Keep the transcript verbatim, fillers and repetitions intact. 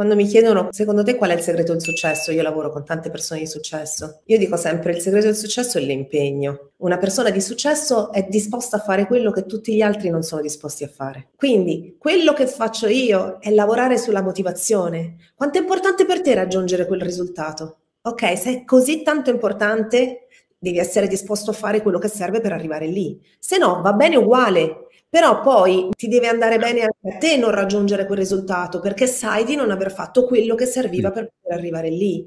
Quando mi chiedono: "Secondo te qual è il segreto del successo?" Io lavoro con tante persone di successo. Io dico sempre: "Il segreto del successo è l'impegno." Una persona di successo è disposta a fare quello che tutti gli altri non sono disposti a fare. Quindi, quello che faccio io è lavorare sulla motivazione. Quanto è importante per te raggiungere quel risultato? Okay, se è così tanto importante, devi essere disposto a fare quello che serve per arrivare lì. Se no, va bene uguale, però poi ti deve andare bene anche a te non raggiungere quel risultato, perché sai di non aver fatto quello che serviva Sì. per poter arrivare lì.